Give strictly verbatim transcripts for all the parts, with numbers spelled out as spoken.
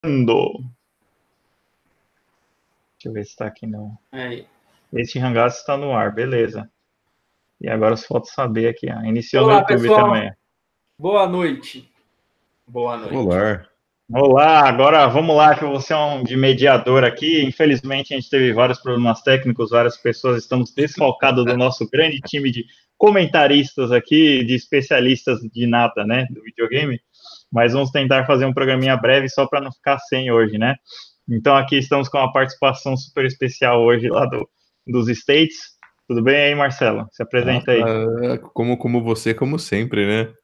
Deixa eu ver se está aqui não. Aí. Este Hangouts está no ar, beleza. E agora só falta saber aqui, ó. Iniciou no Olá, YouTube pessoal. também. Boa noite. Boa noite. Olá. Olá, agora vamos lá, que eu vou ser um de mediador aqui. Infelizmente a gente teve vários problemas técnicos, várias pessoas estamos desfalcados do nosso grande time de comentaristas aqui, de especialistas de nada, né, do videogame. Mas vamos tentar fazer um programinha breve só para não ficar sem hoje, né? Então aqui estamos com uma participação super especial hoje lá do, dos States. Tudo bem aí, Marcelo? Se apresenta aí. Ah, como, como você, como sempre, né?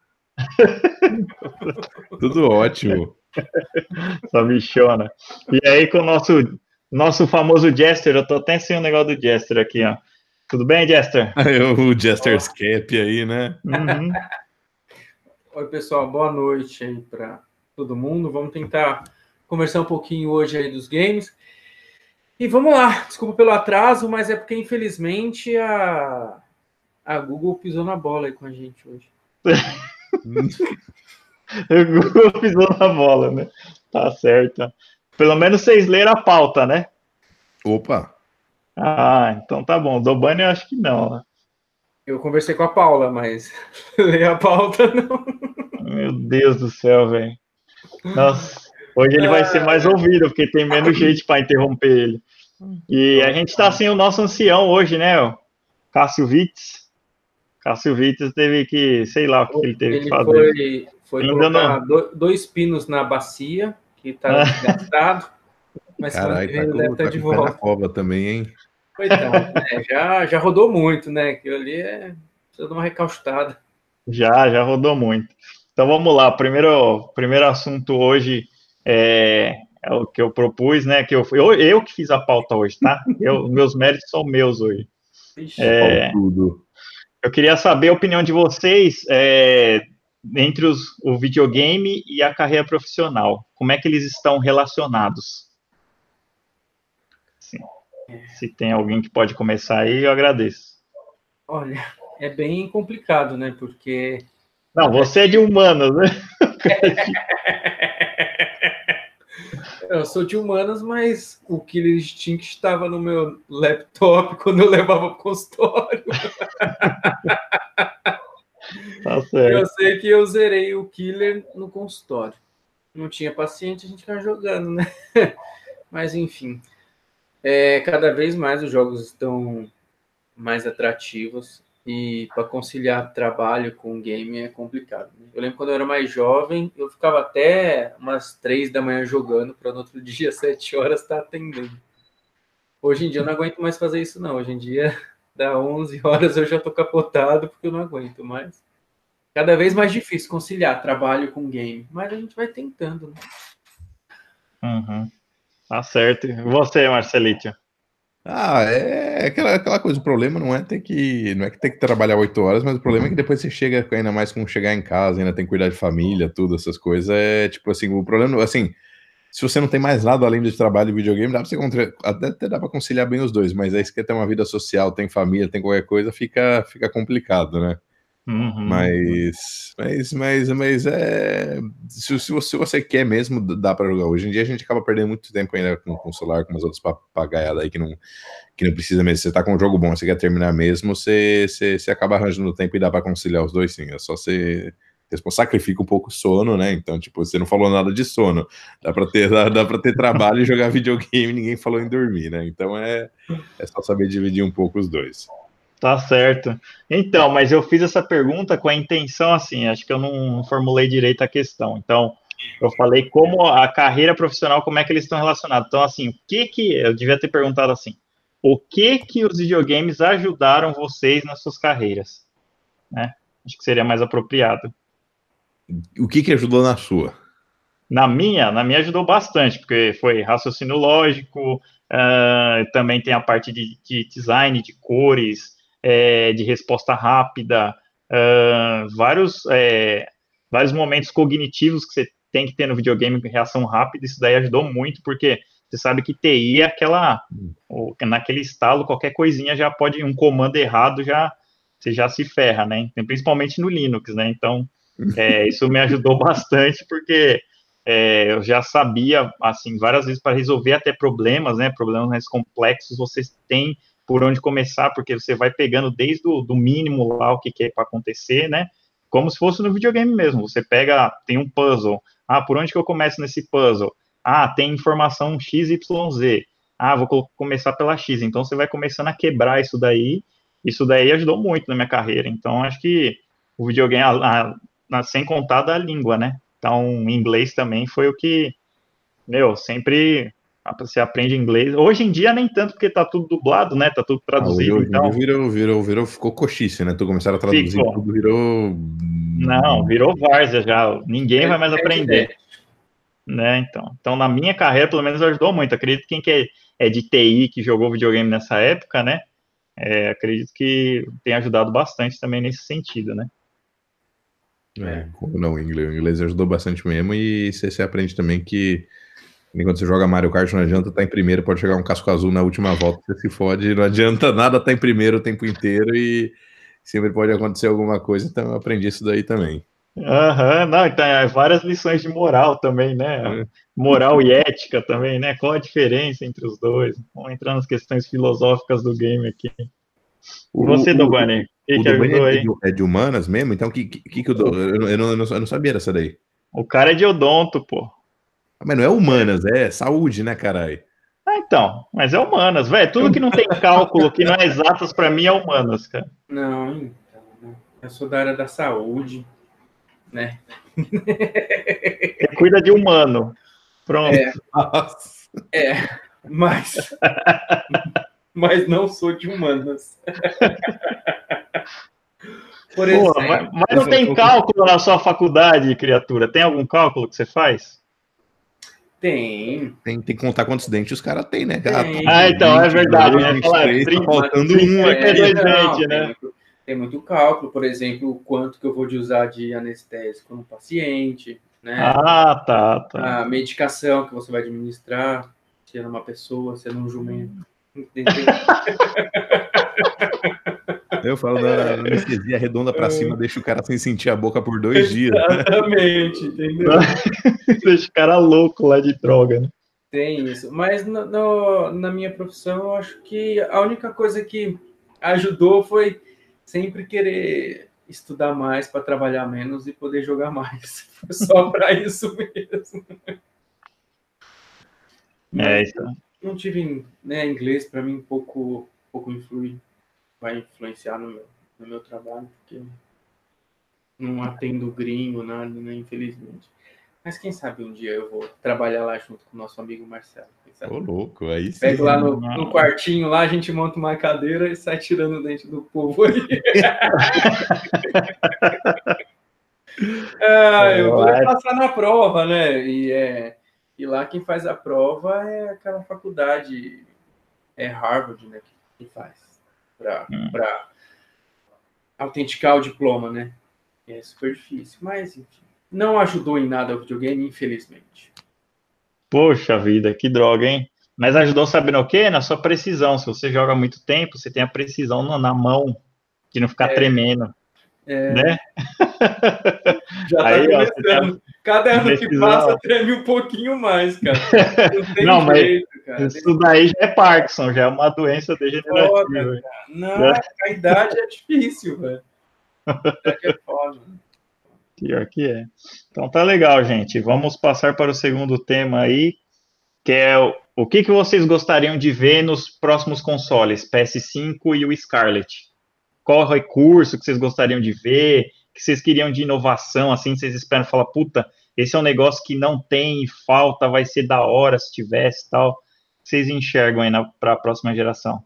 Tudo ótimo. Só bichona. E aí com o nosso, nosso famoso Jester, eu tô até sem o negócio do Jester aqui, ó. Tudo bem, Jester? O Jester's Cap aí, né? Uhum. Oi, pessoal. Boa noite aí para todo mundo. Vamos tentar conversar um pouquinho hoje aí dos games. E vamos lá. Desculpa pelo atraso, mas é porque, infelizmente, a, a Google pisou na bola aí com a gente hoje. O Google pisou na bola, né? Tá certo. Pelo menos vocês leram a pauta, né? Opa! Ah, então tá bom. Do Bunny eu acho que não, né? Eu conversei com a Paula, mas ler a pauta não. Meu Deus do céu, velho. Nossa, hoje ele vai ser mais ouvido, porque tem menos gente para interromper ele. E a gente tá sem o nosso ancião hoje, né? Ó, Cássio Vitz. Cássio Vitz teve que, sei lá o que ele teve Ele que fazer. foi, foi Ainda colocar não. do- dois pinos na bacia, que tá desgastado, mas semana que Caralho, vem tá ele deve com, estar tá de com o pé na volta. cova também, hein? Coitado, né? Já, já rodou muito, né? Aquilo ali é. Precisa dar uma recaustada. Já, já rodou muito. Então vamos lá. Primeiro, primeiro assunto hoje é, é o que eu propus, né? Que eu, eu, eu que fiz a pauta hoje, tá? Eu, meus méritos são meus hoje. Ixi. É, Tudo. eu queria saber a opinião de vocês é, entre os, o videogame e a carreira profissional. Como é que eles estão relacionados? Sim. Se tem alguém que pode começar aí, eu agradeço. Olha, é bem complicado, né? Porque. Não, você é de humanas, né? Eu sou de humanas, mas o Killer Instinct estava no meu laptop quando eu levava para o consultório. Tá certo. Eu sei que eu zerei o Killer no consultório. Não tinha paciente, a gente ficava jogando, né? Mas enfim, é, cada vez mais os jogos estão mais atrativos e para conciliar trabalho com game é complicado. Né? Eu lembro quando eu era mais jovem, eu ficava até umas três da manhã jogando para no outro dia, sete horas, estar atendendo. Hoje em dia eu não aguento mais fazer isso, não. Hoje em dia, dá onze horas eu já tô capotado porque eu não aguento mais. Cada vez mais difícil conciliar trabalho com game, mas a gente vai tentando, né? Uhum. Tá certo. E você, Marcelito? Ah, é aquela, aquela coisa. O problema não é ter que. Não é que ter que trabalhar oito horas, mas o problema é que depois você chega, ainda mais com chegar em casa, ainda tem que cuidar de família, tudo, essas coisas. É tipo assim, o problema, assim, se você não tem mais nada além de trabalho e videogame, dá pra você contra- até, até dá pra conciliar bem os dois, mas aí você quer ter uma vida social, tem família, tem qualquer coisa, fica, fica complicado, né? Uhum. Mas, mas, mas, mas é. Se, se você, se você quer mesmo, dá pra jogar. Hoje em dia a gente acaba perdendo muito tempo ainda com, com o celular, com umas outras papagaiadas aí que não, que não precisa mesmo. Você tá com um jogo bom, você quer terminar mesmo, você, você, você acaba arranjando tempo e dá pra conciliar os dois, sim. É só você. Sacrifica um pouco o sono, né? Então, tipo, você não falou nada de sono. Dá pra ter, dá, dá pra ter trabalho e jogar videogame, ninguém falou em dormir, né? Então é, é só saber dividir um pouco os dois. Tá certo. Então, mas eu fiz essa pergunta com a intenção assim, acho que eu não formulei direito a questão. Então, eu falei como a carreira profissional, como é que eles estão relacionados. Então, assim, o que que eu devia ter perguntado assim? O que que os videogames ajudaram vocês nas suas carreiras, né? Acho que seria mais apropriado. O que que ajudou na sua? Na minha, na minha ajudou bastante, porque foi raciocínio lógico, uh, também tem a parte de, de design, de cores, é, de resposta rápida, uh, vários, é, vários momentos cognitivos que você tem que ter no videogame, reação rápida, isso daí ajudou muito, porque você sabe que T I é aquela, naquele estalo, qualquer coisinha já pode, um comando errado, já você já se ferra, né? Principalmente no Linux, né? Então, é, isso me ajudou bastante, porque é, eu já sabia, assim, várias vezes para resolver até problemas, né, problemas mais complexos, vocês têm por onde começar, porque você vai pegando desde o do mínimo lá o que, que é para acontecer, né, como se fosse no videogame mesmo, você pega, tem um puzzle, ah, por onde que eu começo nesse puzzle? Ah, tem informação X Y Z, ah, vou começar pela X, então você vai começando a quebrar isso daí, isso daí ajudou muito na minha carreira, então acho que o videogame, a, a, sem contar da língua, né, então inglês também foi o que, meu, sempre você aprende inglês, hoje em dia nem tanto porque tá tudo dublado, né, tá tudo traduzido, ah, hoje, então... Hoje virou, virou, virou, ficou coxice, né, tu começaram a traduzir ficou. Tudo, virou... Não, virou várzea já, ninguém vai mais aprender. Né, então, então, na minha carreira, pelo menos, ajudou muito. Acredito que quem que é, é de T I, que jogou videogame nessa época, né, é, acredito que tem ajudado bastante também nesse sentido, né. É, não, o inglês, o inglês ajudou bastante mesmo, e você, você aprende também que quando você joga Mario Kart não adianta estar em primeiro, pode chegar um casco azul na última volta, você se fode, não adianta nada estar em primeiro o tempo inteiro, e sempre pode acontecer alguma coisa, então eu aprendi isso daí também. Aham, uhum, não, então, é várias lições de moral também, né, é. Moral e ética também, né, qual a diferença entre os dois, vamos entrar nas questões filosóficas do game aqui. O, Você, o, Dobani, o que, o que ajudou é aí? de, é de humanas mesmo? Então, o que, que, que eu dou? Eu, eu, não, eu, não, eu não sabia dessa daí. O cara é de odonto, pô. Mas não é humanas, é, é saúde, né, caralho? Ah, então, mas é humanas, velho. Tudo que não tem cálculo, que não é exatas, pra mim é humanas, cara. Não, então, eu sou da área da saúde, né? Você cuida de humano. Pronto. É, é mas, mas não sou de humanas. Por exemplo, Pô, mas, mas não tem cálculo na sua faculdade, criatura? Tem algum cálculo que você faz? Tem. Tem, tem que contar quantos dentes os caras têm, né? Tem. Ah, então, é verdade, né? Fala, tá faltando um aqui. É, dois não, dentes, tem, né? muito, tem muito cálculo, por exemplo, o quanto que eu vou de usar de anestésico no paciente, né? Ah, tá, tá. A medicação que você vai administrar, se é numa pessoa, se é num jumento. Entendeu? Eu falo da anestesia redonda pra cima, deixa o cara sem sentir a boca por dois dias. Exatamente, entendeu? Deixa o cara louco lá de droga, né? Tem isso. Mas no, no, na minha profissão, eu acho que a única coisa que ajudou foi sempre querer estudar mais para trabalhar menos e poder jogar mais. Foi só para isso mesmo. É isso. Não tive, né, inglês, para mim pouco, pouco influi, vai influenciar no meu, no meu trabalho, porque não atendo gringo, nada, né, infelizmente. Mas quem sabe um dia eu vou trabalhar lá junto com o nosso amigo Marcelo. Ô, louco, aí sim. Pego lá no, no quartinho, lá a gente monta uma cadeira e sai tirando o dente do povo aí. ah, eu vou passar na prova, né? E, é, e lá quem faz a prova é aquela faculdade, é Harvard, né? Que faz para hum. autenticar o diploma, né? É super difícil, mas enfim. Não ajudou em nada o videogame, infelizmente. Poxa vida, que droga, hein? Mas ajudou sabendo o quê? Na sua precisão. Se você joga muito tempo, você tem a precisão na, na mão, de não ficar é, tremendo. É. Né? Já tá Aí, começando. Ó, Cada ano precisão. que passa, treme um pouquinho mais, cara. Não tem não, jeito, mas cara. Isso daí já é Parkinson, já é uma doença degenerativa. Foda, não, é. A idade é difícil, velho. A idade é foda. Pior que é. Então tá legal, gente. Vamos passar para o segundo tema aí, que é o, o que, que vocês gostariam de ver nos próximos consoles, P S cinco e o Scarlet? Qual recurso que vocês gostariam de ver? Que vocês queriam de inovação, assim, vocês esperam falar, puta, esse é um negócio que não tem, falta, vai ser da hora se tivesse e tal. Vocês enxergam aí para a próxima geração?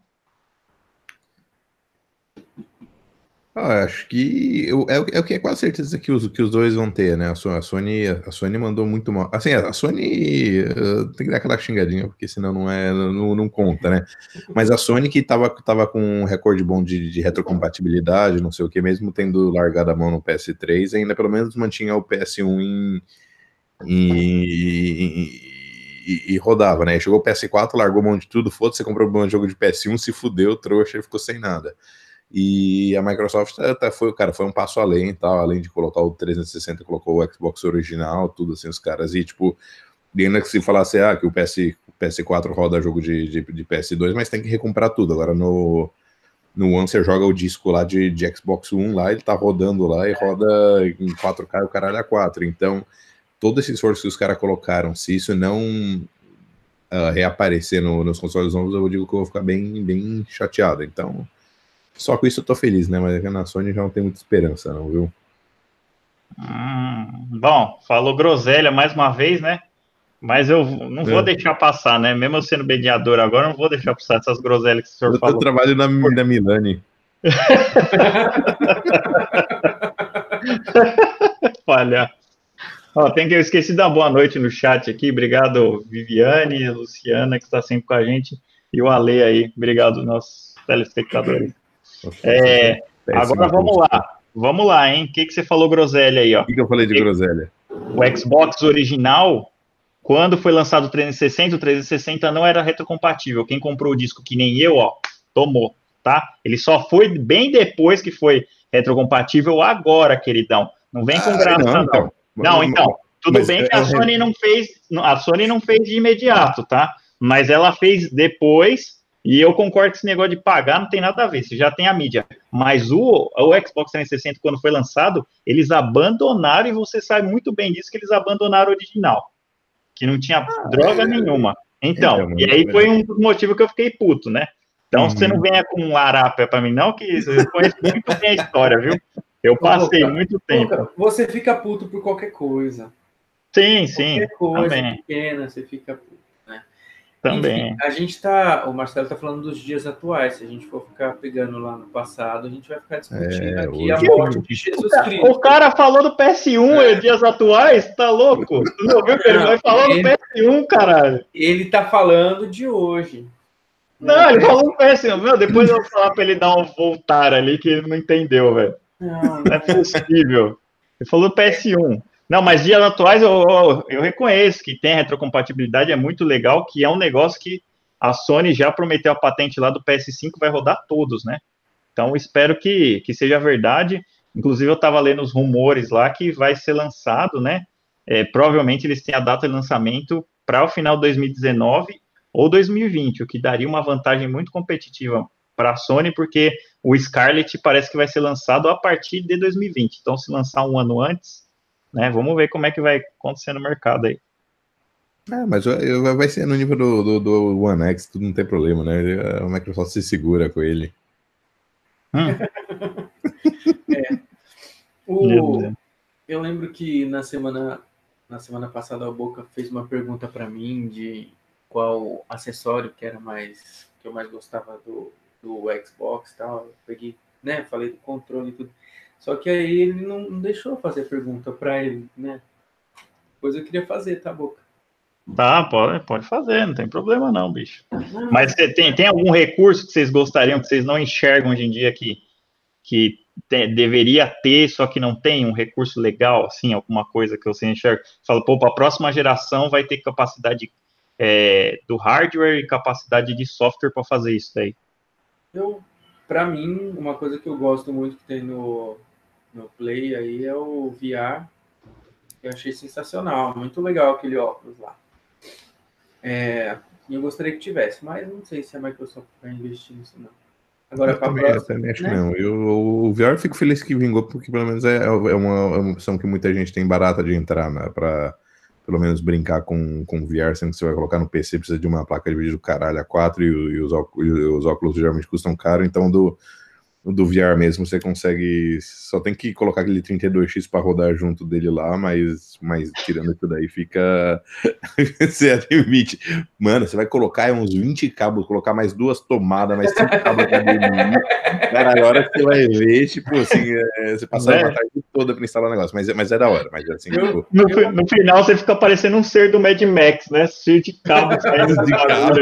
Ah, acho que eu, é, é o que é quase certeza que os, que os dois vão ter, né? A Sony, a Sony mandou muito mal. Assim, a Sony uh, tem que dar aquela xingadinha, porque senão não é, não, não conta, né? Mas a Sony que tava, tava com um recorde bom de, de retrocompatibilidade, não sei o que, mesmo tendo largado a mão no P S três, ainda pelo menos mantinha o P S um em, em, em, e, e rodava, né? Chegou o P S quatro, largou mão de tudo, foda-se, você comprou um jogo de P S um, se fudeu, trouxa, e ficou sem nada. E a Microsoft tá, foi, cara, foi um passo além e tal, além de colocar o trezentos e sessenta, colocou o Xbox original, tudo assim, os caras, e tipo, ainda que se falasse ah, que o P S, o P S quatro roda jogo de, de, de P S dois, mas tem que recomprar tudo. Agora no, no One você joga o disco lá de, de Xbox One lá, ele tá rodando lá e roda em quatro K e o caralho a quatro. Então, todo esse esforço que os caras colocaram, se isso não uh, reaparecer no, nos consoles novos, eu digo que eu vou ficar bem, bem chateado. Então, só com isso eu tô feliz, né? Mas na Sony já não tem muita esperança, não, viu? Hum, bom, falou groselha mais uma vez, né? Mas eu não vou é. deixar passar, né? Mesmo eu sendo mediador agora, eu não vou deixar passar essas groselhas que o senhor eu falou. Eu trabalho na, na Milani. Falha. Ó, tem que eu esqueci de dar boa noite no chat aqui. Obrigado, Viviane, Luciana, que está sempre com a gente, e o Ale aí. Obrigado, nossos telespectadores. É, agora vamos lá. Vamos lá, hein? O que, que você falou groselha aí, ó? O que, que eu falei de groselha? O Xbox original, quando foi lançado o trezentos e sessenta, o trezentos e sessenta não era retrocompatível. Quem comprou o disco que nem eu, ó, tomou, tá? Ele só foi bem depois que foi retrocompatível agora, queridão. Não vem com ah, graça, não. Então. Não, não então, tudo mas, bem que a Sony não fez, a Sony não fez de imediato, tá? Mas ela fez depois, e eu concordo que esse negócio de pagar não tem nada a ver, você já tem a mídia. Mas o, o Xbox trezentos e sessenta, quando foi lançado, eles abandonaram, e você sabe muito bem disso, que eles abandonaram o original. Que não tinha ah, droga é... nenhuma. Então, então e aí foi um dos motivos que eu fiquei puto, né? Então, uhum. Você não venha com um larápia pra mim, não, que eu conheço muito bem a história, viu? Eu passei Ô, Boca, muito tempo. Boca, você fica puto por qualquer coisa. Sim, sim. Qualquer coisa também. pequena, você fica puto, né? Também. Enfim, a gente tá... O Marcelo tá falando dos dias atuais. Se a gente for ficar pegando lá no passado, a gente vai ficar discutindo é, aqui a morte de Jesus o Cristo. O cara falou do P S um é. dias atuais? Tá louco? Tu não viu que ele vai falar do P S um, caralho? Ele tá falando de hoje. Não, não ele é. falou do P S um. Meu, depois eu vou falar pra ele dar um voltar ali, que ele não entendeu, velho. Não, não é possível. Ele falou do P S um. Não, mas dias atuais eu, eu, eu reconheço que tem retrocompatibilidade, é muito legal, que é um negócio que a Sony já prometeu a patente lá do P S cinco, vai rodar todos, né? Então, espero que, que seja verdade. Inclusive, eu estava lendo os rumores lá que vai ser lançado, né? É, provavelmente eles têm a data de lançamento para o final de dois mil e dezenove ou dois mil e vinte, o que daria uma vantagem muito competitiva para a Sony, porque o Scarlet parece que vai ser lançado a partir de dois mil e vinte. Então, se lançar um ano antes, né, vamos ver como é que vai acontecer no mercado aí. Ah, mas vai ser no nível do, do, do One X, tudo não tem problema, né? A Microsoft se segura com ele. Hum. é. o, eu lembro que na semana, na semana passada a Boca fez uma pergunta para mim de qual acessório que era mais que eu mais gostava do, do Xbox e tal. Eu peguei, né? Falei do controle e tudo. Só que aí ele não, não deixou fazer pergunta para ele, né? Pois eu queria fazer, tá, Boca? Tá, pode, pode fazer, não tem problema não, bicho. Não. Mas você tem, tem algum recurso que vocês gostariam, que vocês não enxergam hoje em dia que, que te, deveria ter, só que não tem um recurso legal, assim, alguma coisa que você enxerga? Fala, pô, para a próxima geração vai ter capacidade é, do hardware e capacidade de software para fazer isso daí. Eu, para mim, uma coisa que eu gosto muito que tem no, no Play aí é o V R. Eu achei sensacional, muito legal aquele óculos lá. É, eu gostaria que tivesse, mas não sei se a Microsoft vai investir nisso, não. Agora, para a próxima... Eu também acho né? que não. Eu, o V R eu fico feliz que vingou, porque pelo menos é, é, uma, é uma opção que muita gente tem barata de entrar, né? Para pelo menos brincar com, com V R, sendo que você vai colocar no P C, precisa de uma placa de vídeo do caralho a quatro, e, e, os óculos, e os óculos geralmente custam caro, então do... do V R mesmo, você consegue... Só tem que colocar aquele trinta e dois X para rodar junto dele lá, mas, mas tirando isso daí fica... você admite. Mano, você vai colocar uns vinte cabos, colocar mais duas tomadas, mais cinco cabos da cara, a hora que você vai ver, tipo assim, é, você passar é. uma tarde toda para instalar o negócio, mas, mas é da hora. Mas assim, tipo... no, no final você fica parecendo um ser do Mad Max, né? Cheio de cabos saindo de cabo.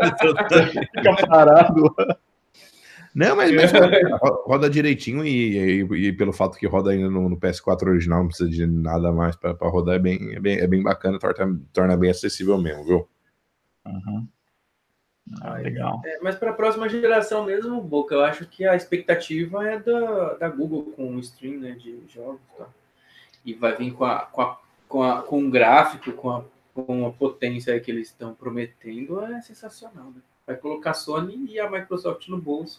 Fica parado. Não, mas, mas roda, roda direitinho e, e, e pelo fato que roda ainda no, no P S quatro original, não precisa de nada mais para rodar, é bem, é, bem, é bem bacana, torna, torna bem acessível mesmo, viu? Uhum. Ah, legal. É, mas para a próxima geração mesmo, Boca, eu acho que a expectativa é da, da Google com o stream, né, de jogos, tá? E vai vir com a, com a, com a, com um gráfico, com a, com a potência que eles estão prometendo, é sensacional, né? Vai colocar a Sony e a Microsoft no bolso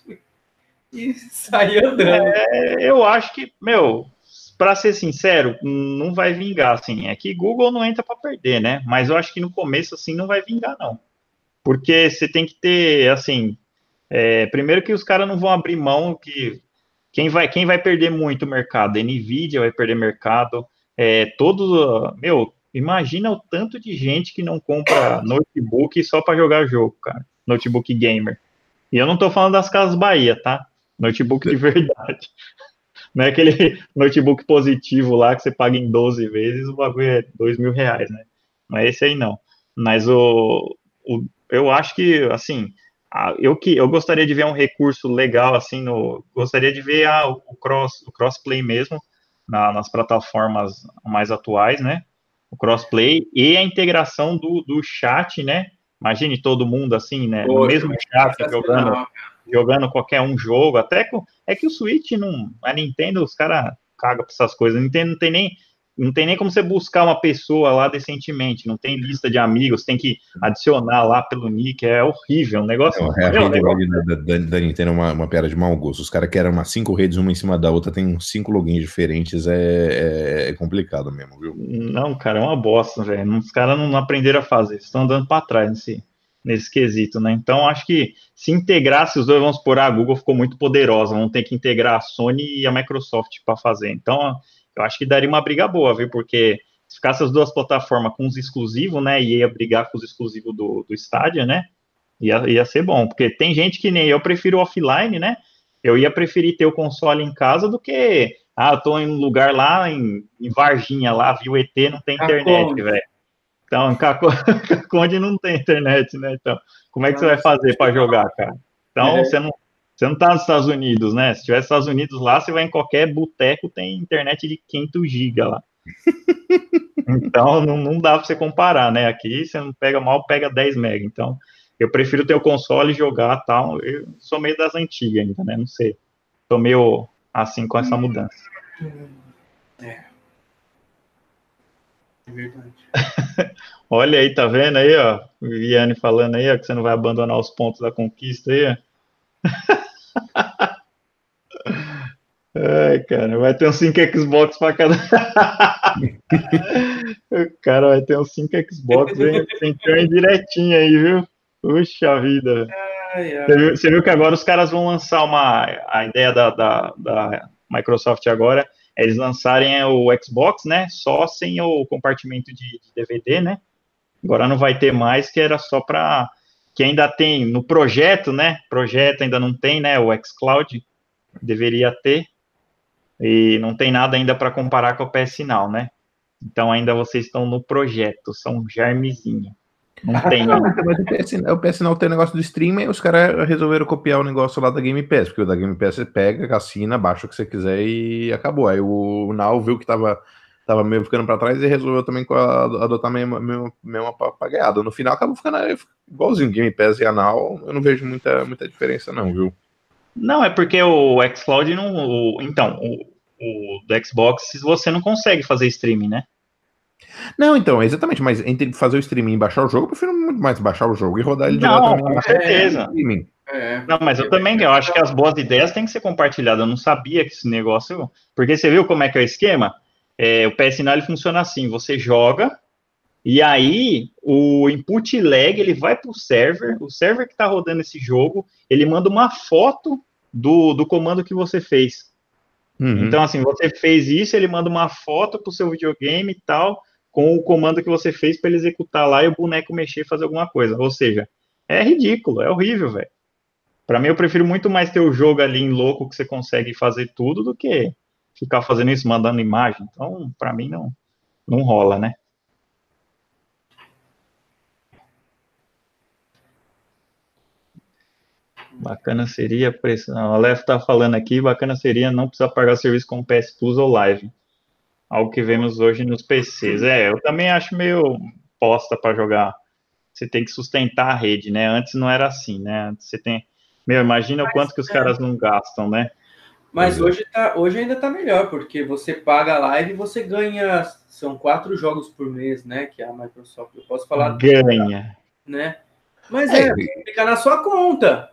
e sair andando. É, eu acho que, meu, para ser sincero, não vai vingar, assim. É que Google não entra para perder, né? Mas eu acho que no começo, assim, não vai vingar, não. Porque você tem que ter, assim, é, primeiro que os caras não vão abrir mão, que quem vai, quem vai perder muito o mercado? A Nvidia vai perder mercado, é, todos, meu, imagina o tanto de gente que não compra notebook só para jogar jogo, cara, notebook gamer. E eu não tô falando das Casas Bahia, tá? Notebook de verdade. Não é aquele notebook positivo lá que você paga em doze vezes, o bagulho é dois mil reais, né? Não é esse aí, não. Mas o, o eu acho que, assim, eu que eu gostaria de ver um recurso legal, assim, no, gostaria de ver ah, o, cross, o crossplay mesmo na, nas plataformas mais atuais, né? O crossplay e a integração do, do chat, né? Imagine todo mundo assim, né? No Poxa, mesmo vai chat ser jogando sensacional. jogando qualquer um jogo, até com, é que o Switch não, a Nintendo, os caras cagam pra essas coisas, a Nintendo não tem nem, não tem nem como você buscar uma pessoa lá decentemente, não tem lista de amigos, tem que adicionar lá pelo nick, é horrível, um negócio, É, a meu, rede negócio log da, da, da Nintendo é uma, uma piada de mau gosto. Os caras querem umas cinco redes, uma em cima da outra, tem uns cinco logins diferentes, é, é, é complicado mesmo, viu? não, cara, é uma bosta, velho, os caras não aprenderam a fazer, estão andando para trás nesse, nesse quesito, né, então acho que se integrasse os dois, vamos supor, a Google ficou muito poderosa, vão ter que integrar a Sony e a Microsoft para fazer, então eu acho que daria uma briga boa, viu, porque se ficasse as duas plataformas com os exclusivos, né, e ia brigar com os exclusivos do, do Stadia, né, ia, ia ser bom, porque tem gente que nem eu prefiro offline, né, eu ia preferir ter o console em casa do que, ah, eu tô em um lugar lá, em, em Varginha, lá, vi o E T, não tem internet, Caconde. velho. Então, em Caco- Caconde não tem internet, né? Então, como é que você vai Nossa, fazer para jogar, cara? Então, é. você não, você não tá nos Estados Unidos, né? Se tiver nos Estados Unidos lá, você vai em qualquer boteco, tem internet de quinhentos gigas lá. Então, não, não dá para você comparar, né? Aqui você não pega mal, pega dez mega. Então, eu prefiro ter o console e jogar tal. Eu sou meio das antigas ainda, né? Não sei. Tô meio assim com essa mudança. É. É verdade. Olha aí, tá vendo aí, ó? O Viane falando aí, ó, que você não vai abandonar os pontos da conquista aí, ó. Ai, cara, vai ter uns cinco Xbox pra cada. O cara vai ter uns cinco Xbox, hein? Você entrou em direitinho aí, viu? Puxa vida. Ai, ai. Você viu, você viu que agora os caras vão lançar uma. A ideia da, da, da Microsoft agora é eles lançarem o Xbox, né? Só sem o compartimento de, de D V D, né? Agora não vai ter mais, que era só para. Que ainda tem no projeto, né? Projeto ainda não tem, né? O xCloud deveria ter. E não tem nada ainda para comparar com o P S Now, né? Então ainda vocês estão no projeto, são um germezinho. Não tem. Não, mas o P S, o P S Now tem negócio do streaming e os caras resolveram copiar o negócio lá da Game Pass, porque o da Game Pass você pega, assina, baixa o que você quiser e acabou. Aí o Now viu que tava, tava meio ficando pra trás e resolveu também adotar a mesma, mesma, mesma papagaiada. No final acabou ficando igualzinho Game Pass e a Now, eu não vejo muita, muita diferença não, viu? Não, é porque o xCloud não. O, então, o, o do Xbox você não consegue fazer streaming, né? Não, então, exatamente, mas entre fazer o streaming e baixar o jogo, eu prefiro muito mais baixar o jogo e rodar ele Não, diretamente com no certeza. streaming. É, Não, mas eu também, eu acho que as boas ideias têm que ser compartilhadas. Eu não sabia que esse negócio. Porque você viu como é que é o esquema? É, o P S Now ele funciona assim: você joga, e aí o input lag ele vai para o server, o server que está rodando esse jogo, ele manda uma foto do, do comando que você fez. Uhum. Então, assim, você fez isso, ele manda uma foto pro seu videogame e tal, com o comando que você fez para ele executar lá e o boneco mexer e fazer alguma coisa. Ou seja, é ridículo, é horrível, velho. Para mim, eu prefiro muito mais ter o jogo ali em louco que você consegue fazer tudo do que ficar fazendo isso, mandando imagem. Então, para mim, não, não rola, né? Bacana seria, a Aleph tá falando aqui, bacana seria não precisar pagar serviço com P S Plus ou Live. Algo que vemos hoje nos P Cs. É, eu também acho meio posta para jogar você tem que sustentar a rede, né? Antes não era assim, né? Antes você tem... Meu, imagina o quanto que os caras não gastam, né? Mas hoje, tá, hoje ainda tá melhor, porque você paga a live e você ganha... São quatro jogos por mês, né? Que é a Microsoft. Eu posso falar... Ganha. Né? Mas é, fica na sua conta.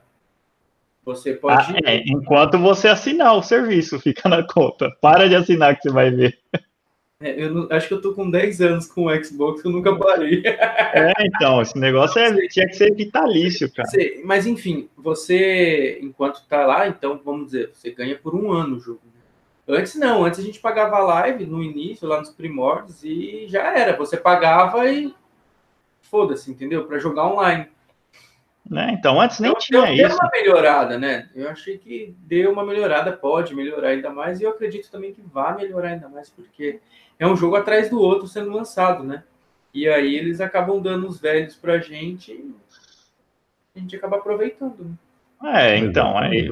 Você pode... Ah, é, enquanto você assinar o serviço, fica na conta. Para de assinar que você vai ver. É, eu não, acho que eu tô com dez anos com o Xbox, eu nunca parei. É, então, esse negócio é, tinha que ser vitalício, cara. Mas, enfim, você, enquanto tá lá, então, vamos dizer, você ganha por um ano o jogo. Antes não, antes a gente pagava live no início, lá nos primórdios, e já era. Você pagava e foda-se, entendeu? Para jogar online. Né? Então, antes nem então, tinha deu, isso. Deu uma melhorada, né? Eu achei que deu uma melhorada, pode melhorar ainda mais, e eu acredito também que vai melhorar ainda mais, porque é um jogo atrás do outro sendo lançado, né? E aí eles acabam dando os velhos pra gente e a gente acaba aproveitando. Né? É, então, aí...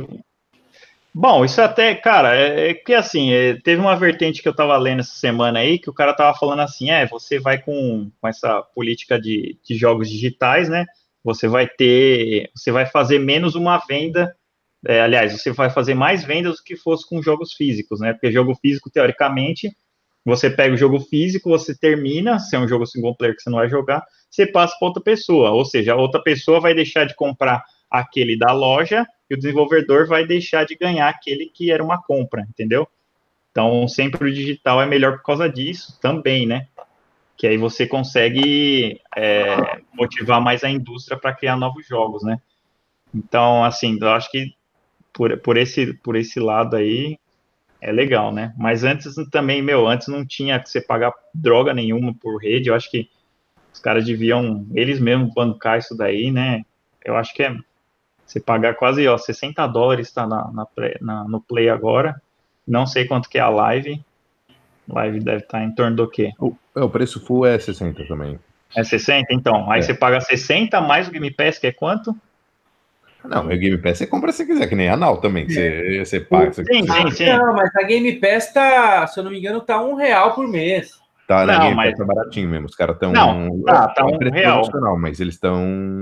Bom, isso até, cara, é, é que assim, é, teve uma vertente que eu tava lendo essa semana aí, que o cara tava falando assim, é, você vai com, com essa política de, de jogos digitais, né? Você vai ter, você vai fazer menos uma venda, é, aliás, você vai fazer mais vendas do que fosse com jogos físicos, né? Porque jogo físico, teoricamente, você pega o jogo físico, você termina, se é um jogo single player que você não vai jogar, você passa para outra pessoa, ou seja, a outra pessoa vai deixar de comprar aquele da loja e o desenvolvedor vai deixar de ganhar aquele que era uma compra, entendeu? Então, sempre o digital é melhor por causa disso também, né? Que aí você consegue é, motivar mais a indústria para criar novos jogos, né? Então, assim, eu acho que por, por, esse, por esse lado aí é legal, né? Mas antes também, meu, antes não tinha que você pagar droga nenhuma por rede, eu acho que os caras deviam, eles mesmos, bancar isso daí, né? Eu acho que é você pagar quase, ó, sessenta dólares tá na, na, na, no Play agora, não sei quanto que é a Live, Live deve estar em torno do quê? O, o preço full é sessenta também. É sessenta? Então, aí é. Você paga sessenta mais o Game Pass, que é quanto? Não, o Game Pass você compra se quiser, que nem a Now também, que você, você paga. Você, sim, sim, sim. Não, mas a Game Pass tá, se eu não me engano, tá um real por mês. Tá, na não, Game mas... Pass tá baratinho mesmo, os caras estão... Não, tá, tá um real. Mas eles estão...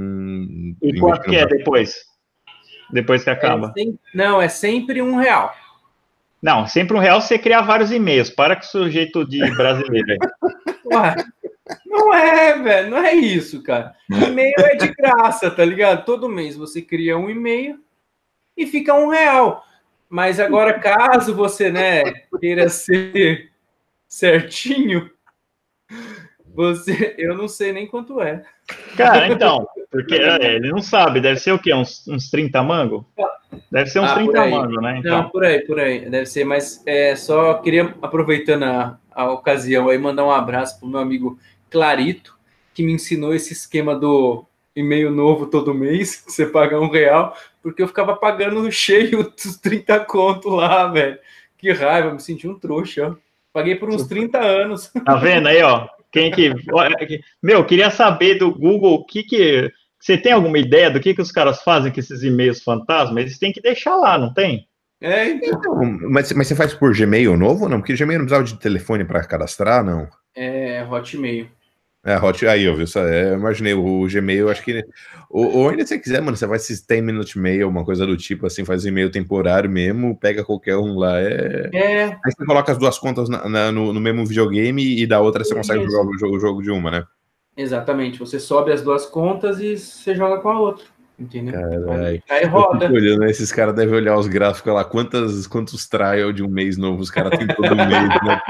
E quanto que é depois? Depois que acaba? É sempre... Não, é sempre um real. Não, sempre um real você criar vários e-mails. Para com o sujeito de brasileiro aí. Ué, não é, velho, não é isso, cara. E-mail é de graça, tá ligado? Todo mês você cria um e-mail e fica um real. Mas agora, caso você, né, queira ser certinho, você, eu não sei nem quanto é. Cara, então, porque é, ele não sabe, deve ser o quê? Uns, uns trinta mango? Deve ser uns ah, trinta mango, né? Então. Não, por aí, por aí, deve ser, mas é, só queria, aproveitando a, a ocasião aí, mandar um abraço pro meu amigo Clarito, que me ensinou esse esquema do e-mail novo todo mês, que você paga um real, porque eu ficava pagando cheio dos trinta conto lá, velho. Que raiva, me senti um trouxa, ó. Paguei por uns trinta anos. Tá vendo aí, ó? Quem que... Meu, queria saber do Google o que que... Você tem alguma ideia do que que os caras fazem com esses e-mails fantasmas? Eles têm que deixar lá, não tem? É, então... mas, mas você faz por Gmail novo ou não? Porque Gmail não precisava de telefone para cadastrar, não? É, Hotmail. É, Hot, aí, eu, é, eu imaginei, o Gmail, acho que... Ou, ou ainda se você quiser, mano, você vai se tem minute mail, uma coisa do tipo, assim, faz e-mail temporário mesmo, pega qualquer um lá, é... é. Aí você coloca as duas contas na, na, no, no mesmo videogame e da outra você consegue jogar o jogo, o jogo de uma, né? Exatamente, você sobe as duas contas e você joga com a outra, entendeu? Caralho. Aí roda. Eu olhando, esses caras devem olhar os gráficos lá, quantas, quantos trial de um mês novo os caras têm todo mês, né?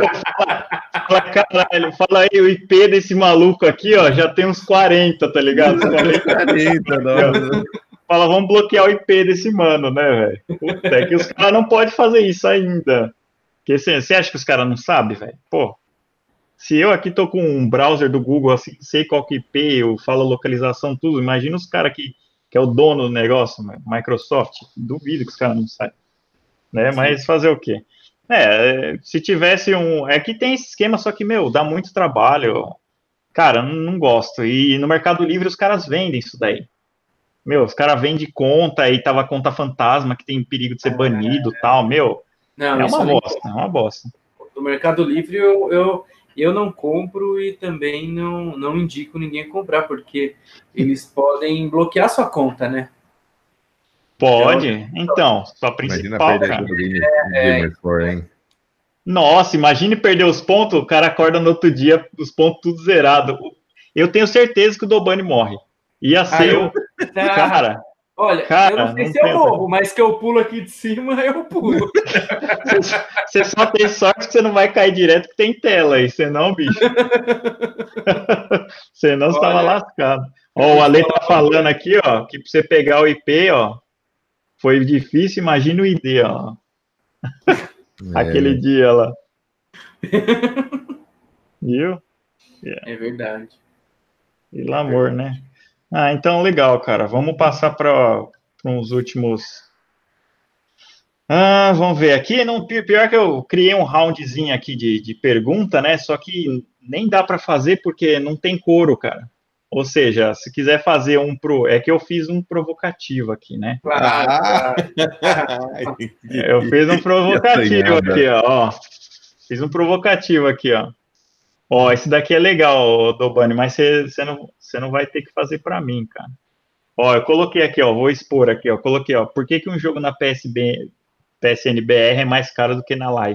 Fala, caralho, fala aí, o I P desse maluco aqui, ó, já tem uns quarenta, tá ligado? Uns quarenta, não. Fala, vamos bloquear o I P desse mano, né, velho? Puta, é que os caras não podem fazer isso ainda. Porque você, você acha que os caras não sabem, velho? Pô, se eu aqui tô com um browser do Google, assim, sei qual que I P, eu falo localização, tudo, imagina os caras que, que é o dono do negócio, né? Microsoft, duvido que os caras não saibam. Né? Mas fazer o quê? É, se tivesse um... É que tem esse esquema, só que, meu, dá muito trabalho. Cara, não, não gosto. E no Mercado Livre os caras vendem isso daí. Meu, os caras vendem conta e tava conta fantasma que tem perigo de ser banido e tal. Meu, não, é uma bosta, é uma bosta. No Mercado Livre eu, eu, Eu não compro e também não, não indico ninguém comprar, porque eles podem bloquear sua conta, né? Pode, então, sua Imagina principal, perder cara. todo o game, Gamer for, hein? Nossa, imagine perder os pontos, o cara acorda no outro dia, os pontos tudo zerado. Eu tenho certeza que o Dobani morre. Ia Ah, ser eu... o. Ah, Cara, olha, eu não cara, sei não se eu tem. morro, mas que eu pulo aqui de cima, eu pulo. Você só tem sorte que você não vai cair direto que tem tela aí, senão, bicho. Senão você tava Olha, lascado. eu Ó, o vou te Ale tá falar uma falando coisa. aqui, ó, que pra você pegar o I P, ó, foi difícil, imagina o I D, ó. Aquele É, dia lá. Viu? Yeah. É verdade. Pelo amor, né? Ah, então legal, cara. Vamos passar para uns últimos. Ah, vamos ver aqui. Não, pi- pior que eu criei um roundzinho aqui de, de pergunta, né? Só que nem dá para fazer porque não tem coro, cara. Ou seja, se quiser fazer um pro. É que eu fiz um provocativo aqui, né? Claro, Ah! claro. Eu fiz um Que provocativo aqui, assanhada. ó. Ó. Fiz um provocativo aqui, ó. Ó, esse daqui é legal, Dobani, mas você você não, você não vai ter que fazer para mim, cara. Ó, eu coloquei aqui, ó, vou expor aqui, ó, coloquei, ó, por que que um jogo na P S B, P S N B R é mais caro do que na Live?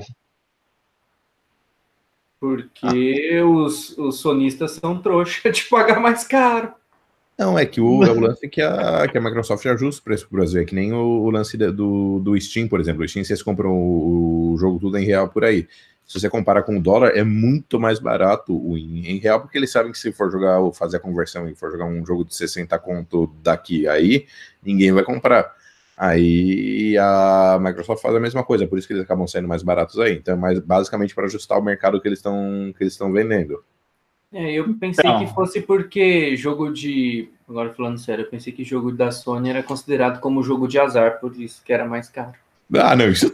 Porque os, os sonistas são trouxa de pagar mais caro. Não, é que o, é o lance que a, que a Microsoft ajusta o preço pro Brasil. É que nem o, o lance da- do, do Steam, por exemplo. O Steam, vocês compram o, o jogo tudo em real por aí. Se você compara com o dólar, é muito mais barato o em, em real, porque eles sabem que se for jogar ou fazer a conversão e for jogar um jogo de sessenta conto daqui aí, ninguém vai comprar. Aí a Microsoft faz a mesma coisa, por isso que eles acabam saindo mais baratos aí. Então é mais basicamente para ajustar o mercado que eles estão que eles estão vendendo. É, eu pensei que Então, fosse porque jogo de. Agora falando sério, eu pensei que jogo da Sony era considerado como jogo de azar, por isso que era mais caro. Ah, não, isso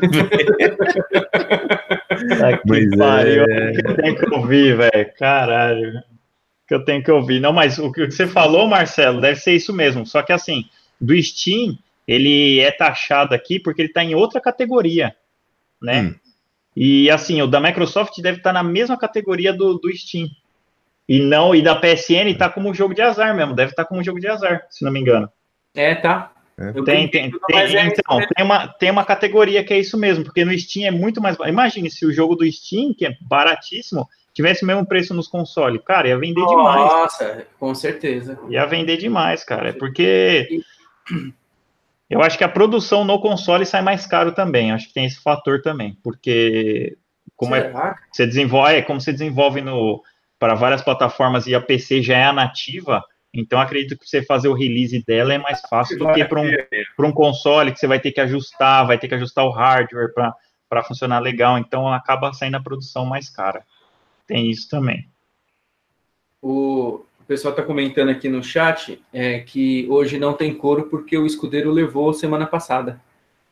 tá que mas pariu, é. o que eu tenho que ouvir, velho, caralho, o que eu tenho que ouvir. Não, mas o que você falou, Marcelo, deve ser isso mesmo, só que assim, do Steam, ele é taxado aqui porque ele tá em outra categoria, né? Hum. E assim, o da Microsoft deve estar na mesma categoria do, do Steam. E não, e da P S N tá como jogo de azar mesmo, deve estar como jogo de azar, se não me engano. É, tá. É. Eu Tem, cliquei tem, tudo, mas tem, é isso então, mesmo. tem uma, tem uma categoria que é isso mesmo, porque no Steam é muito mais. Imagine se o jogo do Steam, que é baratíssimo, tivesse o mesmo preço nos consoles. Cara, ia vender demais. Nossa, com certeza. Ia vender demais, cara. É porque eu acho que a produção no console sai mais caro também. Acho que tem esse fator também. Porque como é Será? você desenvolve, é, como você desenvolve no para várias plataformas e a P C já é a nativa, então acredito que você fazer o release dela é mais fácil do que para um, para um console que você vai ter que ajustar, vai ter que ajustar o hardware para para funcionar legal, então acaba saindo a produção mais cara. Tem isso também. O, o pessoal está comentando aqui no chat é, que hoje não tem couro porque o escudeiro levou semana passada.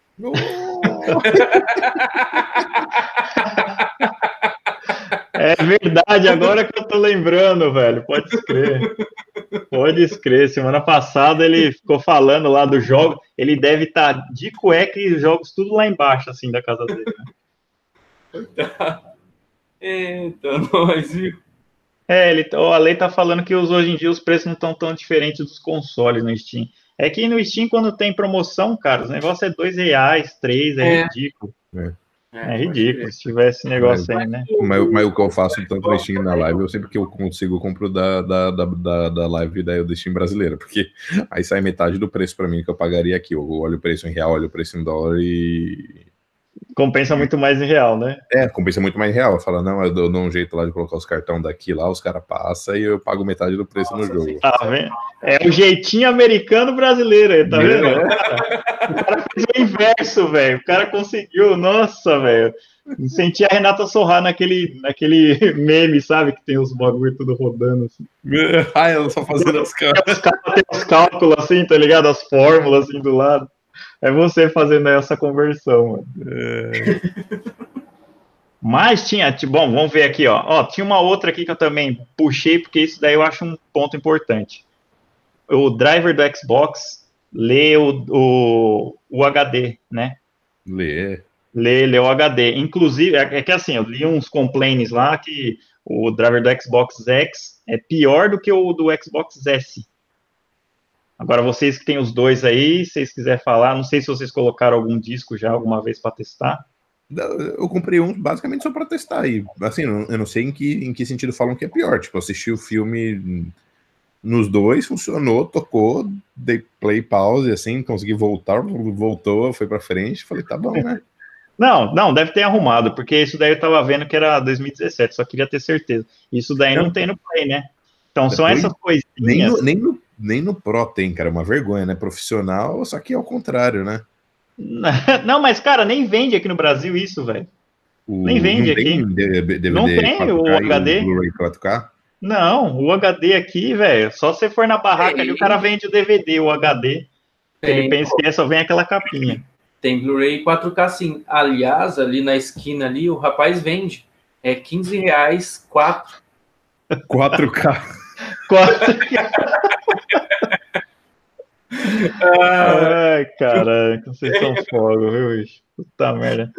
É verdade, agora que eu tô lembrando, velho. Pode escrever. Pode escrever. Semana passada ele ficou falando lá do jogo. Ele deve estar de cueca e os jogos tudo lá embaixo, assim, da casa dele. Né? Eita, nós, viu? É, ele, o Ale tá falando que os, hoje em dia os preços não estão tão diferentes dos consoles no Steam. É que no Steam, quando tem promoção, cara, os negócios é dois reais, três, é É, ridículo. É. é, É pode ridículo crer. se tivesse esse Mas, negócio aí, né? mas, mas o que eu faço tanto no Steam e na live, eu sempre que eu consigo, eu compro da, da, da, da, da live da, do Steam brasileira, porque aí sai metade do preço pra mim que eu pagaria aqui. Eu olho o preço em real, olho o preço em dólar e. Compensa muito mais em real, né? É, compensa muito mais real. Fala, não, eu dou, dou um jeito lá de colocar os cartões daqui lá, os caras passam e eu pago metade do preço Nossa, no jogo. Tá vendo? É o jeitinho americano brasileiro aí, tá vendo? É. O cara, o cara fez o inverso, velho. O cara conseguiu, nossa, velho. Senti a Renata Sorrah naquele, naquele meme, sabe? Que tem os bagulho tudo rodando assim. Ah, ela só fazendo as caras. Os caras têm os cálculos assim, tá ligado? As fórmulas assim do lado. É você fazendo essa conversão, mano. É. Mas tinha, bom, vamos ver aqui, ó. Ó, tinha uma outra aqui que eu também puxei, porque isso daí eu acho um ponto importante. O driver do Xbox lê o, o, o H D, né? Lê. Lê, lê o H D. Inclusive, é, é que assim, eu li uns complaints lá que o driver do Xbox X é pior do que o do Xbox S. Agora, vocês que têm os dois aí, se vocês quiserem falar, não sei se vocês colocaram algum disco já alguma vez para testar. Eu comprei um basicamente só para testar aí. Assim, eu não sei em que, em que sentido falam que é pior. Tipo, assisti o filme nos dois, funcionou, tocou, dei play, pause, assim, consegui voltar, voltou, foi para frente, falei, tá bom, né? Não, não, deve ter arrumado, porque isso daí eu tava vendo que era dois mil e dezessete, só queria ter certeza. Isso daí não, não tem no Play, né? Então são essas coisinhas. Nem no, nem, no, nem no Pro tem, cara, uma vergonha, né? Profissional, só que é o contrário, né? Não, mas, cara, nem vende aqui no Brasil isso, velho. Nem vende não aqui. Tem D V D não tem o H D. Blu-ray quatro K? Não, o H D aqui, velho, só se você for na barraca ali, o cara vende o D V D, o H D. Tem, ele pensa que é, só vem aquela capinha. Tem Blu-ray quatro K sim. Aliás, ali na esquina ali, o rapaz vende. É quinze reais, quatro. quatro K. quatro K. Ai, cara, vocês são fogo, viu, bicho? Puta merda.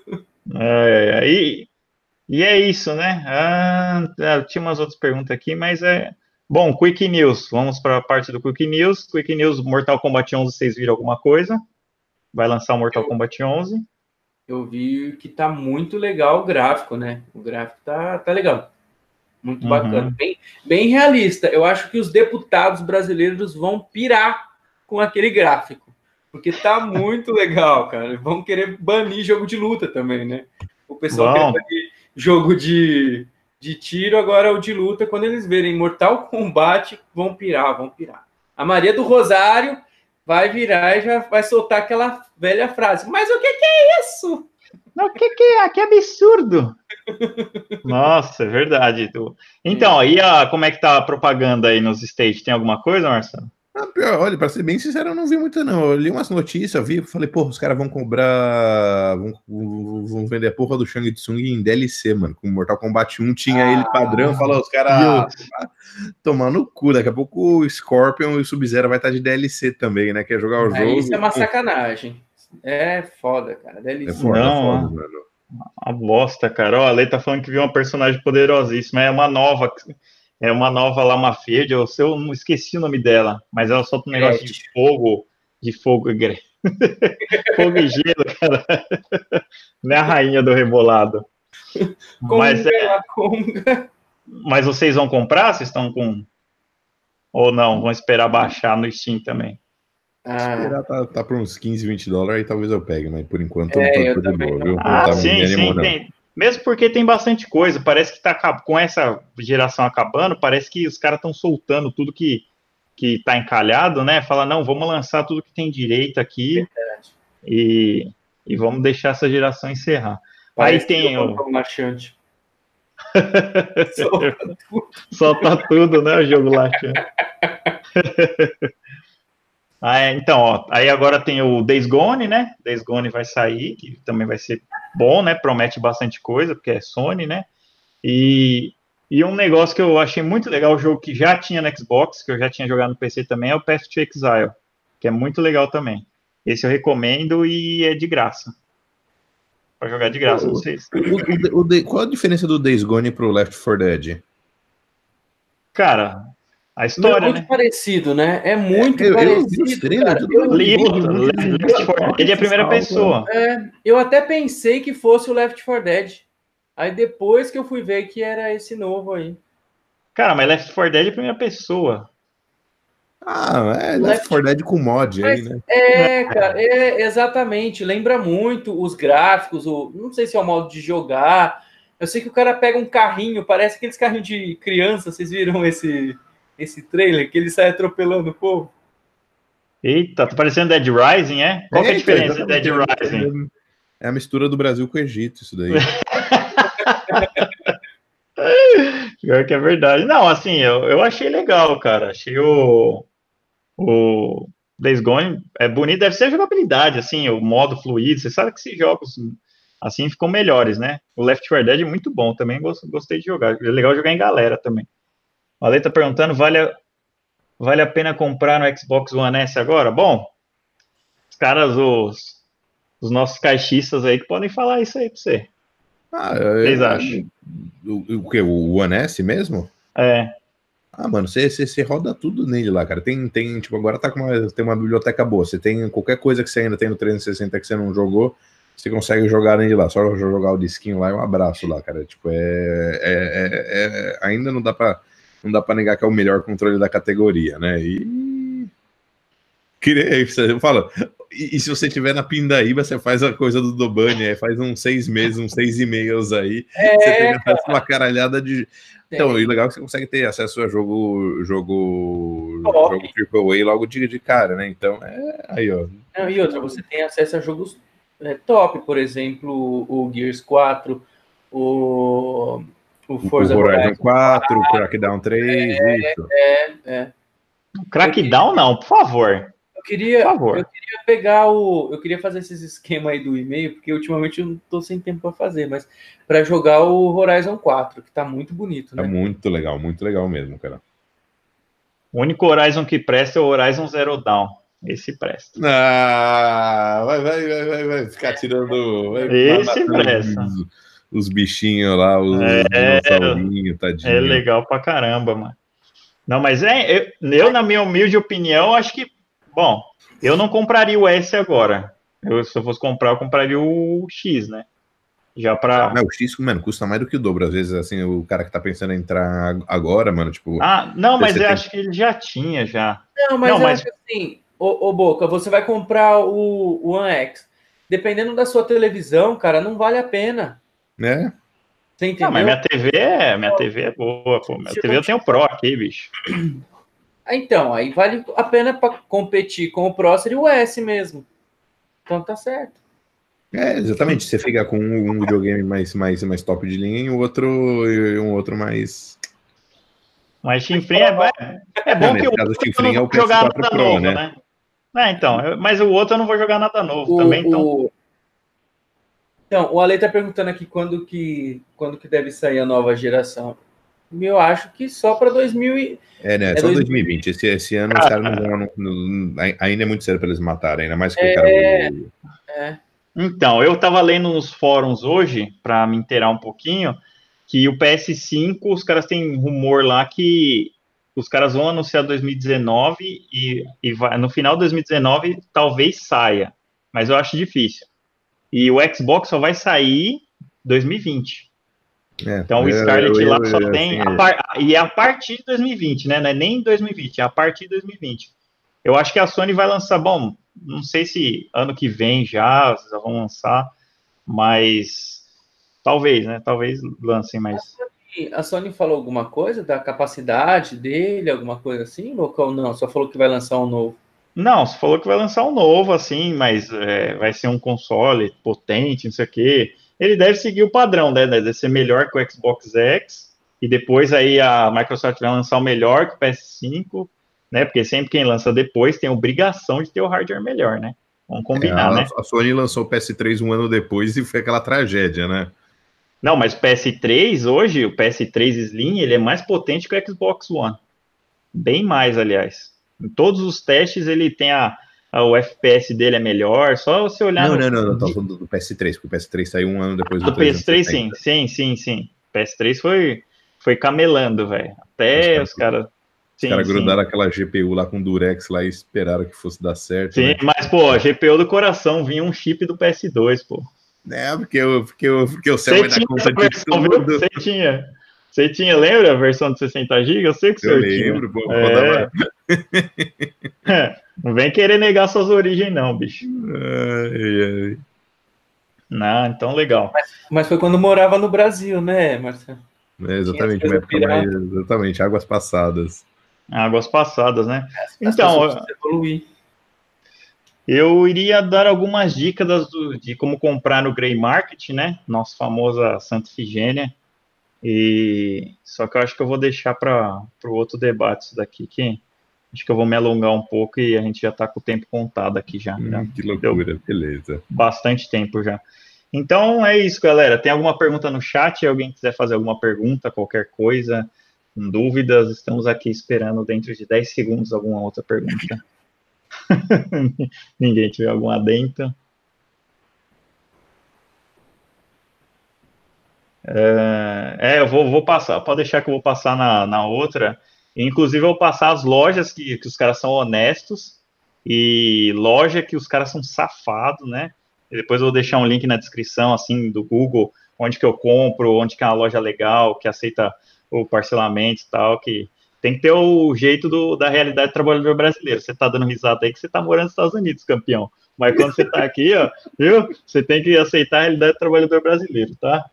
É, aí, e é isso, né? Ah, tinha umas outras perguntas aqui, mas é. Bom, Quick News. Vamos para a parte do Quick News. Quick News, Mortal Kombat onze, vocês viram alguma coisa? Vai lançar o Mortal Kombat onze. Eu vi que tá muito legal o gráfico, né? O gráfico tá, tá legal. Muito uhum. bacana. Bem, bem realista. Eu acho que os deputados brasileiros vão pirar com aquele gráfico. Porque tá muito legal, cara. Vão querer banir jogo de luta também, né? O pessoal quer banir jogo de, de tiro, agora o de luta. Quando eles verem Mortal Kombat, vão pirar, vão pirar. A Maria do Rosário vai virar e já vai soltar aquela velha frase. Mas o que, que é isso? O que, que é? Que absurdo! Nossa, é verdade. Então, aí a, como é que tá a propaganda aí nos States? Tem alguma coisa, Marcelo? Ah, pior, olha, pra ser bem sincero, eu não vi muito, não. Eu li umas notícias, eu vi, falei, porra, os caras vão cobrar. Vão, vão vender a porra do Shang Tsung em D L C, mano. Com Mortal Kombat um tinha ah, ele padrão, falou, os caras tomar no cu. Daqui a pouco o Scorpion e o Sub-Zero vai estar de D L C também, né? Quer jogar o jogo. Isso é uma sacanagem. É foda, cara. D L C. É foda, não, é foda, mano. A bosta, cara. Ó, a Lei tá falando que viu uma personagem poderosíssima. É uma nova. É uma nova lá, uma Fade, eu, eu não esqueci o nome dela, mas ela solta um negócio Gretchen. de fogo, de fogo, fogo e gelo, cara. Não é a rainha do rebolado. Mas, é, mas vocês vão comprar? Vocês estão com... Ou não? Vão esperar baixar no Steam também? Ah. Esperar tá, tá por uns quinze, vinte dólares, aí talvez eu pegue, mas por enquanto é, eu tô de boa, viu? Ah, tá sim, sim, tem... Mesmo porque tem bastante coisa, parece que tá com essa geração acabando, parece que os caras estão soltando tudo que, que tá encalhado, né? Fala, não, vamos lançar tudo que tem direito aqui e, e vamos deixar essa geração encerrar. Parece aí tem o... laxante. Solta tudo. Solta tudo, né, o jogo laxante. Ah, então, ó, aí agora tem o Days Gone, né? Days Gone vai sair, que também vai ser bom, né? Promete bastante coisa, porque é Sony, né? E, e um negócio que eu achei muito legal, o jogo que já tinha no Xbox, que eu já tinha jogado no P C também, é o Path to Exile, que é muito legal também. Esse eu recomendo e é de graça. Pra jogar de graça, o, não sei se... o, o, o, qual a diferença do Days Gone pro Left four Dead? Cara... A história, é muito né? parecido, né? É muito é, eu, parecido. Eu, treinos, cara. eu, Left four Dead é a primeira pessoa. É, eu até pensei que fosse o Left four Dead. Aí depois que eu fui ver que era esse novo aí. Cara, mas Left four Dead é a primeira pessoa. Ah, é Left, Left four Dead com mod mas, aí, né? É, cara, é, exatamente. Lembra muito os gráficos, o, não sei se é o modo de jogar. Eu sei que o cara pega um carrinho, parece aqueles carrinhos de criança. Vocês viram esse... esse trailer, que ele sai atropelando o povo. Eita, tá parecendo Dead Rising, é? Qual é, que é a diferença de Dead Rising? É a mistura do Brasil com o Egito, isso daí. Pior que é verdade. Não, assim, eu, eu achei legal, cara. Achei o... o Days Gone é bonito, deve ser a jogabilidade, assim, o modo fluido. Você sabe que esses jogos, assim, ficam melhores, né? O Left four Dead é muito bom, também gostei de jogar. É legal jogar em galera também. A Lei tá perguntando, vale a, vale a pena comprar no Xbox One S agora? Bom, os caras, os, os nossos caixistas aí que podem falar isso aí pra você. Ah, Vocês eu, acham? O, o que? O One S mesmo? É. Ah, mano, você, você, você roda tudo nele lá, cara. Tem, tem tipo, agora tá com uma, tem uma biblioteca boa. Você tem qualquer coisa que você ainda tem no trezentos e sessenta que você não jogou, você consegue jogar nele lá. Só jogar o disquinho lá e um abraço lá, cara. Tipo, é, é, é, é ainda não dá pra, não dá pra negar que é o melhor controle da categoria, né? E eu falo, e, e se você estiver na Pindaíba, você faz a coisa do Dobani, aí faz uns seis meses, uns seis e-mails aí, É, você tem acesso a uma caralhada de. Então, tem. e legal é que você consegue ter acesso a jogo, jogo, Top. jogo triplo A logo de, de cara, né? Então, é aí, ó. Não, e outra, você tem acesso a jogos é, top, por exemplo, o Gears quatro, o, o Forza o Horizon Horizon quatro, o Crackdown três, é, isso. É, é. Crackdown não, por favor. Eu queria, Por favor. eu queria pegar o. Eu queria fazer esses esquemas aí do e-mail, porque ultimamente eu não tô sem tempo para fazer, mas para jogar o Horizon quatro, que tá muito bonito, né? É muito legal, muito legal mesmo, cara. O único Horizon que presta é o Horizon Zero Dawn. Esse presta. Ah, vai, vai, vai, vai, vai ficar tirando. Vai Esse presta. Os, os bichinhos lá, os É, dinossaurinhos, tadinho. É legal pra caramba, mano. Não, mas é, eu, eu, na minha humilde opinião, acho que, bom, eu não compraria o S agora. Eu, se eu fosse comprar, eu compraria o X, né? Já pra. Não, o X, mano, custa mais do que o dobro. Às vezes, assim, o cara que tá pensando em entrar agora, mano, tipo. Ah, não, mas eu tem... acho que ele já tinha, já. Não, mas não, eu mas... acho assim, ô, ô Boca, você vai comprar o, o One X. Dependendo da sua televisão, cara, não vale a pena. Né? Você entendeu? Não, mas minha T V é, minha T V é boa, pô. Minha T V eu tenho Pro aqui, bicho. Então, aí vale a pena para competir com o Pro seria o S mesmo. Então tá certo. É, exatamente. Você fica com um videogame mais, mais, mais top de linha e um outro, e um outro mais. Mas chinfrim é, é bom não, que o caso, outro o eu não é vou o P S jogar quatro nada Pro, novo, né? né? É, então, eu, mas o outro eu não vou jogar nada novo O, também, então. O... Então, o Ale tá perguntando aqui quando que, quando que deve sair a nova geração. Eu acho que só para dois mil e... É, né? É Só dois mil e dois mil e vinte. Esse, esse ano os caras não vão. Não, não, ainda é muito cedo para eles matarem, ainda mais que é, o cara. O... É. Então, eu tava lendo nos fóruns hoje, para me inteirar um pouquinho, que o P S cinco, os caras têm rumor lá que os caras vão anunciar dois mil e dezenove e, e vai, no final de dois mil e dezenove talvez saia, mas eu acho difícil. E o Xbox só vai sair dois mil e vinte. É, então o eu, Scarlet eu, lá eu, só eu, tem. assim, A par, e é a partir de dois mil e vinte, né? Não é nem dois mil e vinte, é a partir de dois mil e vinte. Eu acho que a Sony vai lançar, bom, não sei se ano que vem já, já vão lançar, mas talvez, né? Talvez lancem, mas. A Sony, a Sony falou alguma coisa da capacidade dele, alguma coisa assim, local? Não, só falou que vai lançar um novo. Não, você falou que vai lançar um novo, assim, mas é, vai ser um console potente, não sei o quê. Ele deve seguir o padrão, né? Deve ser melhor que o Xbox X, e depois aí a Microsoft vai lançar o melhor que o P S cinco, né? Porque sempre quem lança depois tem obrigação de ter o hardware melhor, né? Vamos combinar, é, a, né? a Sony lançou o P S três um ano depois e foi aquela tragédia, né? Não, mas o P S três hoje, o P S três Slim, ele é mais potente que o Xbox One. Bem mais, aliás. Em todos os testes ele tem a, a o F P S dele é melhor, só você olhar não, no... Não, não, não, tô falando do, do P S três, porque o P S três saiu um ano depois do, do P S três, sim, sim, sim, sim. O P S três foi, foi camelando, velho. Até os caras... Os caras grudaram aquela G P U lá com Durex lá e esperaram que fosse dar certo. Sim, né? mas, pô, a G P U do coração vinha um chip do P S dois, pô. É, porque, eu, porque, eu, porque o céu vai dar conta de versão, tudo. Você tinha... Você tinha, lembra a versão de sessenta gigas? Eu sei que o senhor tinha. Eu lembro, pô, é. rodava... Não vem querer negar suas origens, não, bicho. Ai, ai. Não, então legal. Mas, mas foi quando morava no Brasil, né, Marcelo? É, exatamente, uma época mais, exatamente, águas passadas. Águas passadas, né? As então, evoluir. Eu iria dar algumas dicas das, de como comprar no Grey Market, né? Nossa famosa Santa Ifigênia. E só que eu acho que eu vou deixar para o outro debate isso daqui, que acho que eu vou me alongar um pouco e a gente já está com o tempo contado aqui já. Hum, já que loucura, beleza. Bastante tempo já. Então é isso, galera. Tem alguma pergunta no chat? Alguém quiser fazer alguma pergunta, qualquer coisa, com dúvidas, estamos aqui esperando dentro de dez segundos alguma outra pergunta. Ninguém tiver algum adendo. É, é, eu vou, vou passar, pode deixar que eu vou passar na, na outra. Inclusive, eu vou passar as lojas que, que os caras são honestos e loja que os caras são safados, né? E depois eu vou deixar um link na descrição, assim, do Google, onde que eu compro, onde que é uma loja legal, que aceita o parcelamento e tal, que tem que ter o jeito do, da realidade do trabalhador brasileiro. Você tá dando risada aí que você tá morando nos Estados Unidos, campeão. Mas quando você tá aqui, ó, viu? Você tem que aceitar a realidade do trabalhador brasileiro, tá?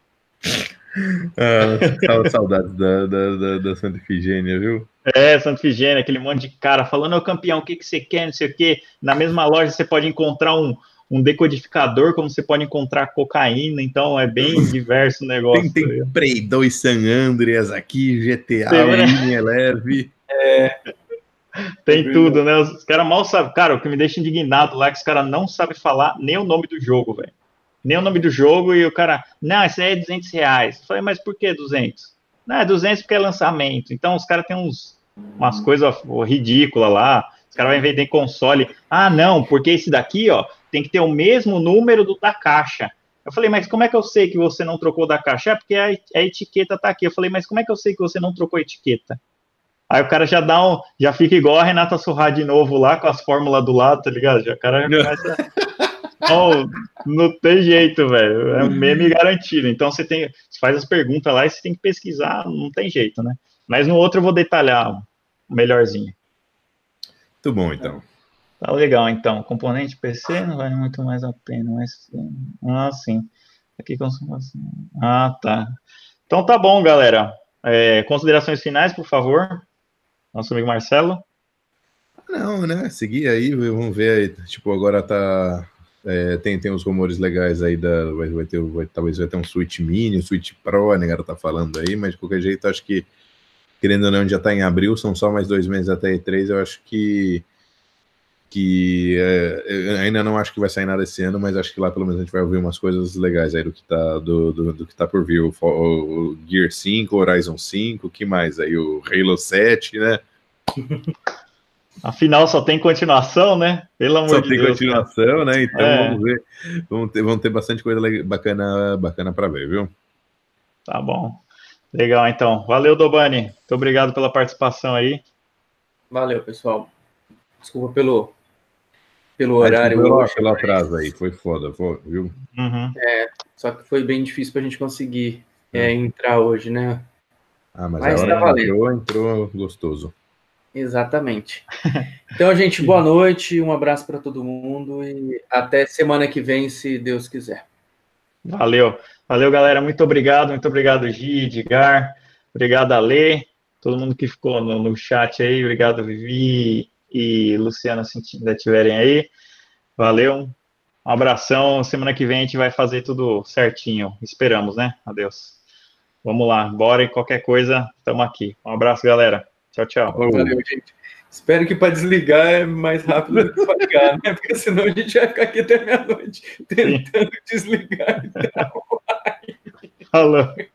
Ah, saudades da, da, da, da Santa Efigênia, viu? É, Santa Efigênia, aquele monte de cara falando, ô campeão, o que, que você quer, não sei o quê. Na mesma loja você pode encontrar um, um decodificador, como você pode encontrar cocaína, então é bem diverso o negócio. Tem, tem Prey dois San Andreas aqui, G T A, Winning Eleve. É. Tem tudo, né? Os caras mal sabem. Cara, o que me deixa indignado lá é que os caras não sabem falar nem o nome do jogo, velho. Nem o nome do jogo e o cara, não, isso aí é duzentos reais. Eu falei, mas por que duzentos? Não, é duzentos porque é lançamento. Então os caras têm uns, umas coisas ridículas lá. Os caras vão vender console. Ah, não, porque esse daqui, ó, tem que ter o mesmo número do da caixa. Eu falei, mas como é que eu sei que você não trocou da caixa? É porque a, a etiqueta tá aqui. Eu falei, mas como é que eu sei que você não trocou a etiqueta? Aí o cara já dá um, já fica igual a Renata Surra de novo lá, com as fórmulas do lado, tá ligado? Já, o cara já começa... Não, não tem jeito, velho. É um meme garantido. Então você tem, você faz as perguntas lá e você tem que pesquisar, não tem jeito, né? Mas no outro eu vou detalhar melhorzinho. Muito bom, então. Tá legal, então. Componente P C não vale muito mais a pena, mas... Ah, sim. Aqui consumo assim. Ah, tá. Então tá bom, galera. É, considerações finais, por favor. Nosso amigo Marcelo. Não, né? Seguir aí, vamos ver aí. Tipo, agora tá... É, tem, tem uns rumores legais aí da. Vai, vai ter, vai, talvez vai ter um Switch Mini, um Switch Pro, a negada tá falando aí, mas de qualquer jeito, acho que, querendo ou não, já tá em abril, são só mais dois meses até E três, eu acho que. que é, ainda não acho que vai sair nada esse ano, mas acho que lá pelo menos a gente vai ouvir umas coisas legais aí do que tá, do, do, do que tá por vir. O, o Gear cinco, Horizon cinco, o que mais aí? O Halo sete, né? Afinal, só tem continuação, né? Pelo amor só de Deus. Só tem continuação, cara. Né? Então é. vamos ver. Vamos ter, vamos ter bastante coisa bacana, bacana para ver, viu? Tá bom. Legal, então. Valeu, Dobani. Muito obrigado pela participação aí. Valeu, pessoal. Desculpa pelo, pelo horário. Pelo, hoje, pelo atraso aí, foi foda, foi, viu? Uhum. É, só que foi bem difícil para a gente conseguir é, entrar hoje, né? Ah, mas, mas a hora tá que entrou, entrou gostoso. Exatamente. Então, gente, boa noite, um abraço para todo mundo e até semana que vem, se Deus quiser. Valeu. Valeu, galera. Muito obrigado. Muito obrigado, Gi, Edgar. Obrigado, Ale. Todo mundo que ficou no, no chat aí. Obrigado, Vivi e Luciana, se ainda estiverem aí. Valeu. Um abração. Semana que vem a gente vai fazer tudo certinho. Esperamos, né? Adeus. Vamos lá. Bora e qualquer coisa, estamos aqui. Um abraço, galera. Tchau, tchau. Valeu, gente. Espero que para desligar é mais rápido do que para ligar, né? Porque senão a gente vai ficar aqui até meia-noite tentando Sim. desligar. Então... Falou.